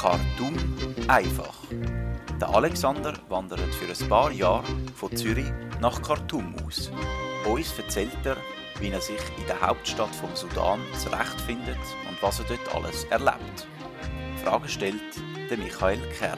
Khartoum einfach. Der Alexander wandert für ein paar Jahre von Zürich nach Khartoum aus. Uns erzählt er, wie er sich in der Hauptstadt vom Sudan zurechtfindet und was er dort alles erlebt. Fragen stellt der Michael Kern.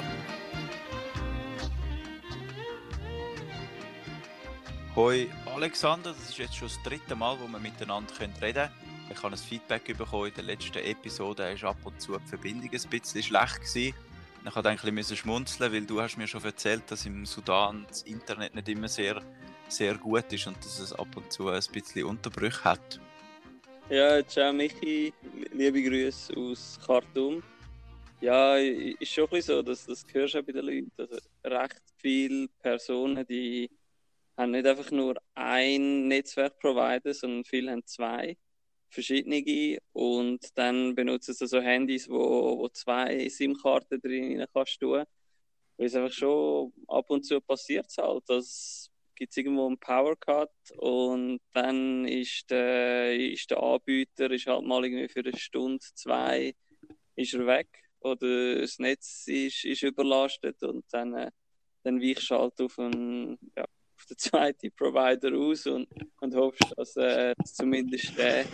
Hoi Alexander, das ist jetzt schon das dritte Mal, wo wir miteinander reden können. Ich habe ein Feedback bekommen in der letzten Episode, da war ab und zu die Verbindung ein bisschen schlecht gewesen. Ich musste ein bisschen schmunzeln, weil du hast mir schon erzählt, dass im Sudan das Internet nicht immer sehr, sehr gut ist und dass es ab und zu ein bisschen Unterbrüche hat. Ja, ciao Michi, liebe Grüße aus Khartoum. Ja, ist schon ein bisschen so, das hörst du auch bei den Leuten. Also recht viele Personen, die haben nicht einfach nur ein Netzwerkprovider, sondern viele haben zwei verschiedene und dann benutzen sie so Handys, wo zwei SIM-Karten drin kannst tun. Weil es einfach schon ab und zu passiert halt, dass gibt es irgendwo einen Powercut und dann ist der Anbieter ist halt mal irgendwie für eine Stunde, zwei ist er weg oder das Netz ist überlastet und dann weichst du halt auf den zweiten Provider aus und hoffst, dass zumindest der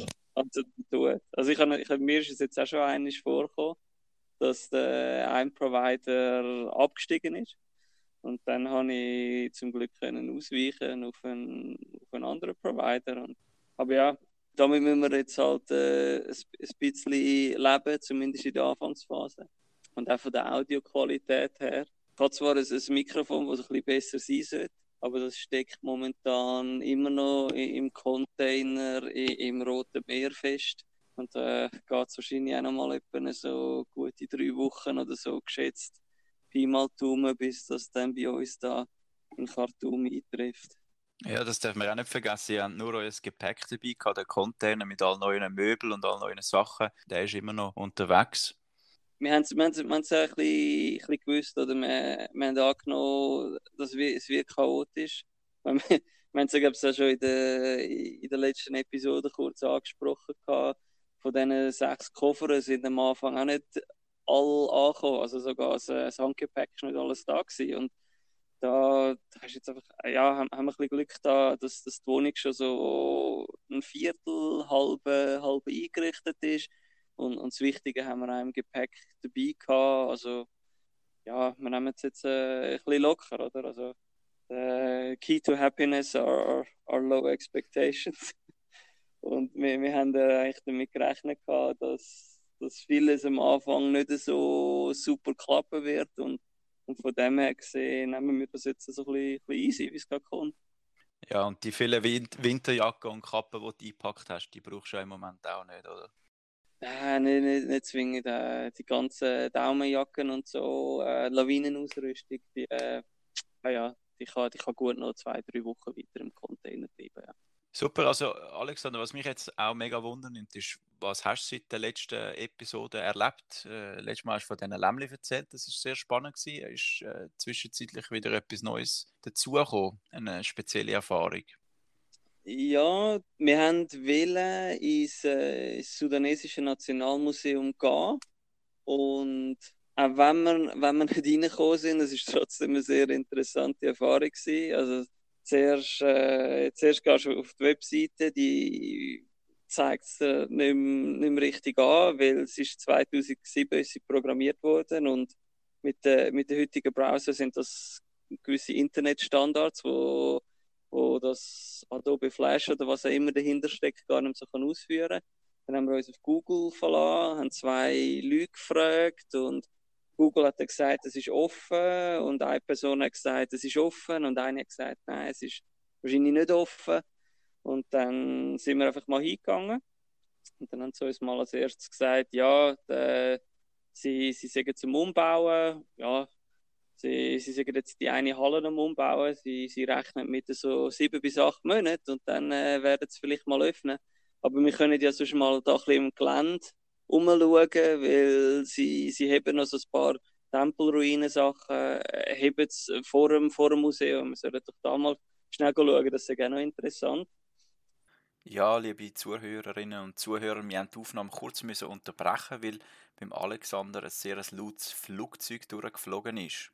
tut. Also mir ist es jetzt auch schon einmal vorgekommen, dass der ein Provider abgestiegen ist. Und dann konnte ich zum Glück ausweichen auf einen anderen Provider. Aber ja, damit müssen wir jetzt halt ein bisschen leben, zumindest in der Anfangsphase. Und auch von der Audioqualität her. Ich habe zwar ein Mikrofon, das ein bisschen besser sein sollte, aber das steckt momentan immer noch im Container im Roten Meer fest. Und geht es wahrscheinlich auch noch mal etwa so gute 3 Wochen oder so geschätzt. Pi mal Daumen, bis das dann bei uns da in Khartoum eintrifft. Ja, das darf man auch nicht vergessen. Ihr habt nur euer Gepäck dabei gehabt, der Container mit allen neuen Möbeln und allen neuen Sachen. Der ist immer noch unterwegs. Wir haben es ein bisschen gewusst, oder wir haben angenommen, dass es wird chaotisch. Wir haben es, glaube ich, auch schon in der letzten Episode kurz angesprochen gehabt. Von diesen 6 Koffern sind am Anfang auch nicht alle angekommen. Also sogar das Handgepäck war nicht alles da gewesen. Und da hast jetzt einfach, haben wir ein bisschen Glück da, dass die Wohnung schon so ein Viertel, halb eingerichtet ist. Und das Wichtige haben wir auch im Gepäck dabei gehabt. Also, ja, wir nehmen es jetzt ein bisschen locker, oder? Also, key to happiness are low expectations. Und wir haben eigentlich damit gerechnet gehabt, dass vieles am Anfang nicht so super klappen wird. Und von dem her gesehen nehmen wir das jetzt so ein bisschen easy, wie es gerade kommt. Ja, und die vielen Winterjacken und Kappen, die du eingepackt hast, die brauchst du ja im Moment auch nicht, oder? Nicht zwingend. Die ganzen Daumenjacken und so, Lawinenausrüstung, die kann gut noch 2-3 Wochen weiter im Container bleiben. Ja. Super, also Alexander, was mich jetzt auch mega wundern nimmt, ist, was hast du seit der letzten Episode erlebt? Letztes Mal hast du von diesen Lämmchen erzählt, das war sehr spannend gewesen. Ist zwischenzeitlich wieder etwas Neues dazugekommen, eine spezielle Erfahrung? Ja, wir wollten ins sudanesische Nationalmuseum gehen und auch wenn wir nicht reingekommen sind, es war trotzdem eine sehr interessante Erfahrung gewesen. Also zuerst gehst du auf die Webseite, die zeigt es nicht mehr richtig an, weil es ist 2007 ist sie programmiert worden und mit den heutigen Browsern sind das gewisse Internetstandards, wo das Adobe Flash oder was auch immer dahinter steckt, gar nicht so ausführen kann. Dann haben wir uns auf Google verlassen, haben 2 Leute gefragt und Google hat gesagt, es ist offen und eine Person hat gesagt, es ist offen und eine hat gesagt, nein, es ist wahrscheinlich nicht offen. Und dann sind wir einfach mal hingegangen und dann haben sie uns mal als erstes gesagt, ja, sie sagen zum Umbauen, ja, sie sagen jetzt die eine Halle am Umbauen, sie rechnen mit so 7 bis 8 Monaten und dann werden sie vielleicht mal öffnen. Aber wir können ja sonst mal da ein bisschen im Gelände umschauen, weil sie haben noch so ein paar Tempelruinen-Sachen, haben es vor dem Museum. Wir sollten doch da mal schnell schauen, das ist ja auch noch interessant. Ja, liebe Zuhörerinnen und Zuhörer, wir haben die Aufnahme kurz müssen unterbrechen, weil beim Alexander ein sehr lautes Flugzeug durchgeflogen ist.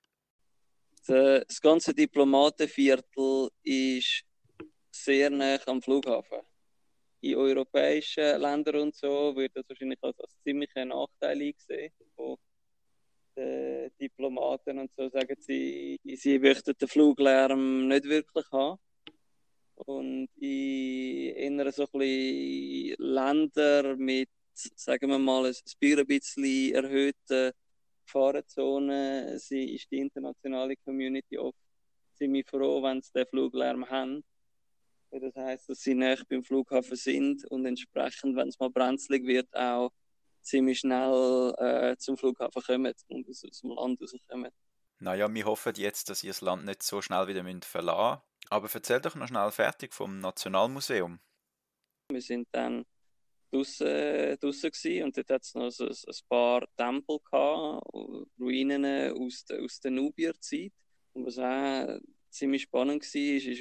Das ganze Diplomatenviertel ist sehr nah am Flughafen. In europäischen Ländern und so wird das wahrscheinlich als ziemlicher Nachteil eingesehen. Von den Diplomaten und so sagen sie möchten den Fluglärm nicht wirklich haben. Und in so ein bisschen Ländern mit, sagen wir mal, ein bisschen erhöhten Gefahrenzonen ist die internationale Community oft ziemlich froh, wenn sie den Fluglärm haben. Das heisst, dass sie näher beim Flughafen sind und entsprechend, wenn es mal brenzlig wird, auch ziemlich schnell zum Flughafen kommen und aus dem Land rauskommen. Naja, wir hoffen jetzt, dass ihr das Land nicht so schnell wieder verlassen müsst. Aber erzähl doch noch schnell fertig vom Nationalmuseum. Wir sind dann draussen gewesen, und dort hat es noch so ein paar Tempel gehabt, Ruinen aus der Nubierzeit. Und was auch ziemlich spannend war, ist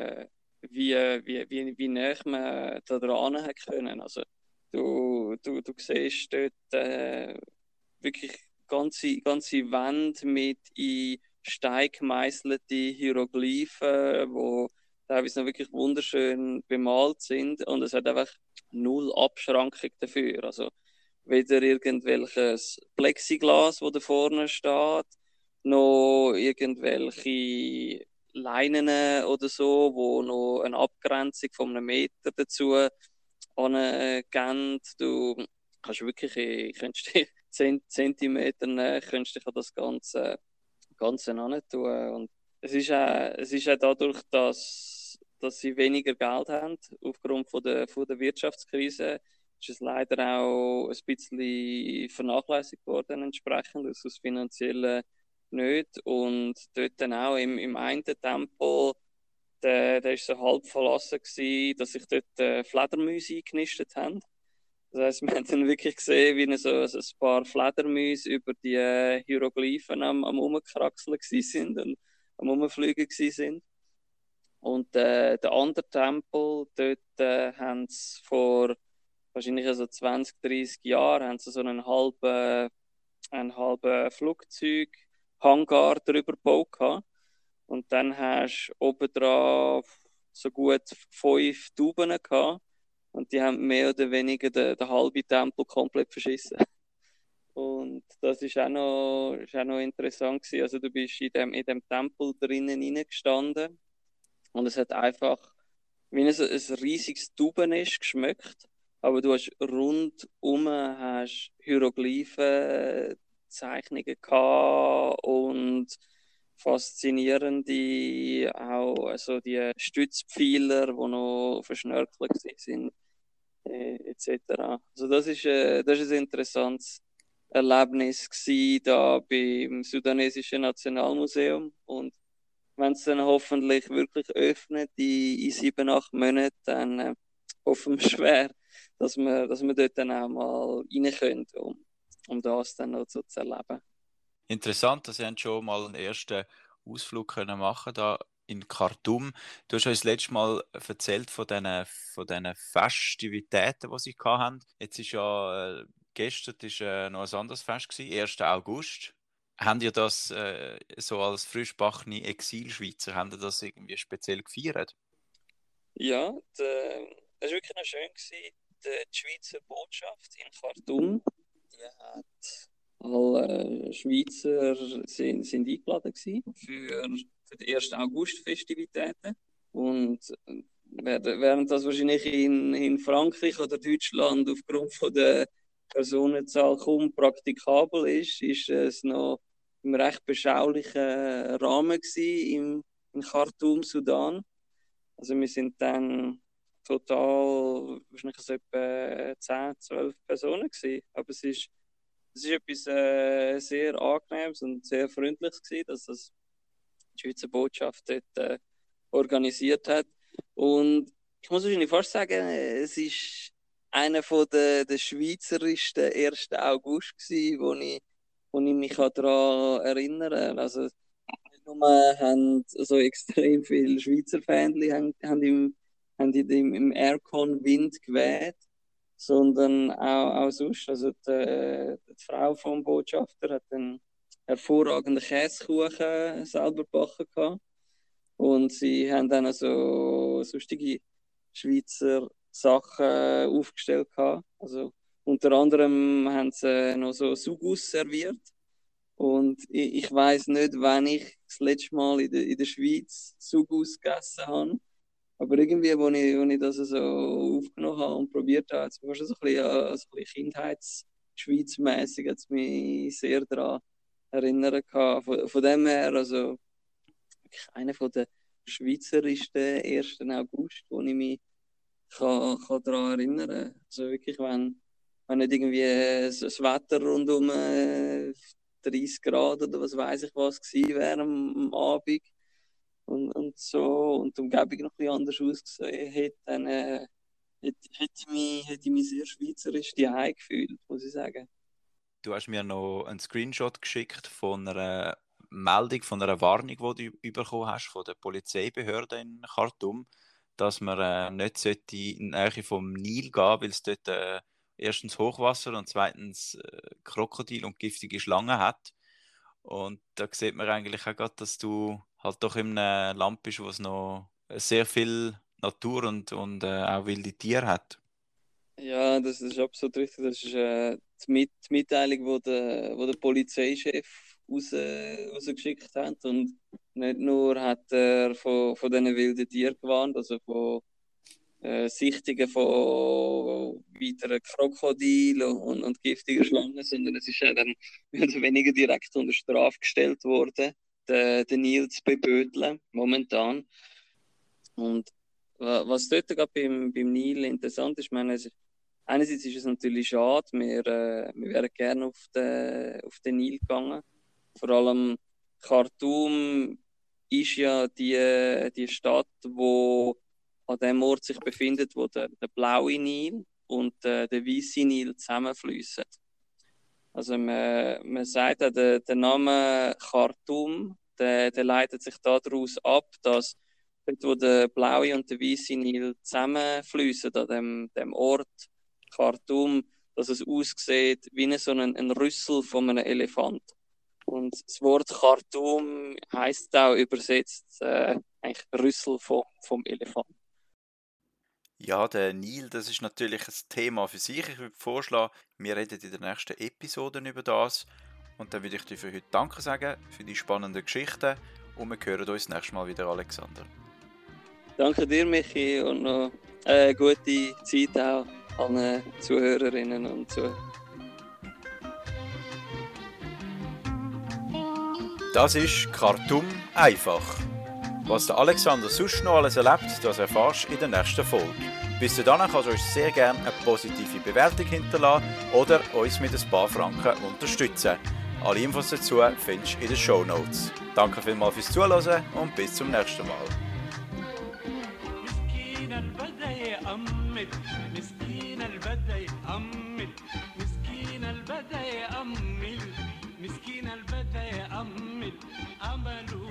wie nah man da dran hat können. Also du siehst dort wirklich ganze Wände mit in Stein gemeißelte Hieroglyphen, wo teilweise noch wirklich wunderschön bemalt sind, und es hat einfach null Abschrankung dafür. Also weder irgendwelches Plexiglas, wo da vorne steht, noch irgendwelche Leinen oder so, wo noch eine Abgrenzung von einem Meter dazu angeben. Du kannst wirklich, könntest dich 10 Zentimeter näher, könntest dich an das Ganze tun. Und es ist auch dadurch, dass sie weniger Geld haben, aufgrund von der Wirtschaftskrise, ist es leider auch ein bisschen vernachlässigt worden, entsprechend, aus finanziellen nicht. Und dort dann auch im einen Tempel, der war so halb verlassen gewesen, dass sich dort Fledermäuse eingenistet haben. Das heisst, wir haben dann wirklich gesehen, wie so ein paar Fledermäuse über die Hieroglyphen am Rumkraxeln sind und am Rumfliegen sind. Und der andere Tempel, dort haben sie vor wahrscheinlich so 20, 30 Jahren haben sie so einen halben Flugzeughangar drüber gebaut gehabt. Und dann hast du oben drauf so gut 5 Tuben gehabt. Und die haben mehr oder weniger den halben Tempel komplett verschissen. Und das ist auch noch interessant gewesen. Also du bist in dem Tempel drinnen reingestanden und es hat einfach wie ein riesiges Tubennest geschmeckt. Aber du hast rundum Hieroglyphen, Zeichnungen gehabt und faszinierende auch also die Stützpfeiler, die noch verschnörkelt sind, etc. Also das ist ein interessantes Erlebnis gewesen, da beim Sudanesischen Nationalmuseum. Und wenn es dann hoffentlich wirklich öffnet in 7, 8 Monaten, dann hoffen wir schwer, dass wir dort dann auch mal rein können, um das dann noch so zu erleben. Interessant, dass ihr schon mal einen ersten Ausflug können machen da in Khartoum. Du hast uns letztes Mal erzählt von diesen Festivitäten, die sie hatten. Jetzt ist ja gestern ist, noch ein anderes Fest gewesen, 1. August. Habt ihr das so als frischbackene Exilschweizer, habt ihr das irgendwie speziell gefeiert? Ja, das war wirklich noch schön gewesen. Die Schweizer Botschaft in Khartoum, die hat alle Schweizer sind eingeladen gewesen für die 1. August-Festivitäten. Und während das wahrscheinlich in Frankreich oder Deutschland aufgrund von der Personenzahl kaum praktikabel ist es noch im recht beschaulichen Rahmen gewesen, in Khartoum, Sudan. Also wir sind dann total wahrscheinlich so etwa 10, 12 Personen gewesen. Aber es ist etwas sehr Angenehmes und sehr Freundliches gewesen, dass das die Schweizer Botschaft dort organisiert hat. Und ich muss wahrscheinlich fast sagen, es ist einer der schweizerischsten 1. August gewesen, wo ich mich daran erinnern kann. Also nicht nur haben so extrem viele Schweizer Fans haben haben die im Aircon-Wind geweht, sondern auch sonst. Also die Frau vom Botschafter hat einen hervorragenden Käsekuchen selber gebacken gehabt. Und sie haben dann also sonstige Schweizer Sachen aufgestellt gehabt. Also unter anderem haben sie noch so Sugus serviert. Und ich weiss nicht, wann ich das letzte Mal in der Schweiz Sugus gegessen habe. Aber irgendwie, als ich das so aufgenommen habe und probiert habe, hat es mir schon so ein bisschen Kindheits-Schweiz-mässig hat es mich sehr daran erinnert gehabt. Von dem her, also einer der schweizerischsten 1. August, wo ich mich kann daran erinnern kann. Also wirklich, wenn nicht irgendwie das Wetter rund um 30 Grad oder was weiß ich was gewesen wäre am Abend und so und die Umgebung noch ein bisschen anders ausgesehen hätte, dann hätte ich mich sehr schweizerisch daheim gefühlt, muss ich sagen. Du hast mir noch einen Screenshot geschickt von einer Meldung, von einer Warnung, die du bekommen hast von der Polizeibehörde in Khartoum, dass man nicht in die Nähe vom Nil gehen sollte, weil es dort erstens Hochwasser und zweitens Krokodil und giftige Schlangen hat. Und da sieht man eigentlich auch gerade, dass du halt doch in einem Land bist, wo es noch sehr viel Natur und auch wilde Tiere hat. Ja, das ist absolut richtig. Das ist die Mitteilung, wo der Polizeichef rausgeschickt hat. Und nicht nur hat er von diesen wilden Tieren gewarnt, also von Sichtungen von weiteren Krokodilen und giftigen Schlangen, sondern es ist ja dann mehr oder weniger direkt unter Strafe gestellt worden, den Nil zu beböteln, momentan. Und was dort gerade beim Nil interessant ist, ich meine, einerseits ist es natürlich schade, wir wären gerne auf den Nil gegangen. Vor allem Khartoum ist ja die Stadt, wo an dem Ort sich befindet, wo der blaue Nil und der weiße Nil zusammenfließen. Also man sagt auch, der Name Khartoum, der leitet sich daraus ab, dass dort, wo der blaue und der weiße Nil zusammenfließen, an dem Ort Khartoum, dass es aussieht wie so ein Rüssel von einem Elefant. Und das Wort Khartoum heisst auch übersetzt eigentlich Rüssel vom Elefant. Ja, der Nil, das ist natürlich ein Thema für sich. Ich würde vorschlagen, wir reden in den nächsten Episoden über das. Und dann würde ich dir für heute Danke sagen, für die spannenden Geschichten. Und wir hören uns nächstes Mal wieder, Alexander. Danke dir, Michi, und noch eine gute Zeit auch allen Zuhörerinnen und Zuhörern. Das ist Khartoum einfach. Was der Alexander sonst noch alles erlebt, das erfährst du in der nächsten Folge. Bis dahin kannst du uns sehr gerne eine positive Bewertung hinterlassen oder uns mit ein paar Franken unterstützen. Alle Infos dazu findest du in den Shownotes. Danke vielmals fürs Zuhören und bis zum nächsten Mal. مسكين البدا يأمل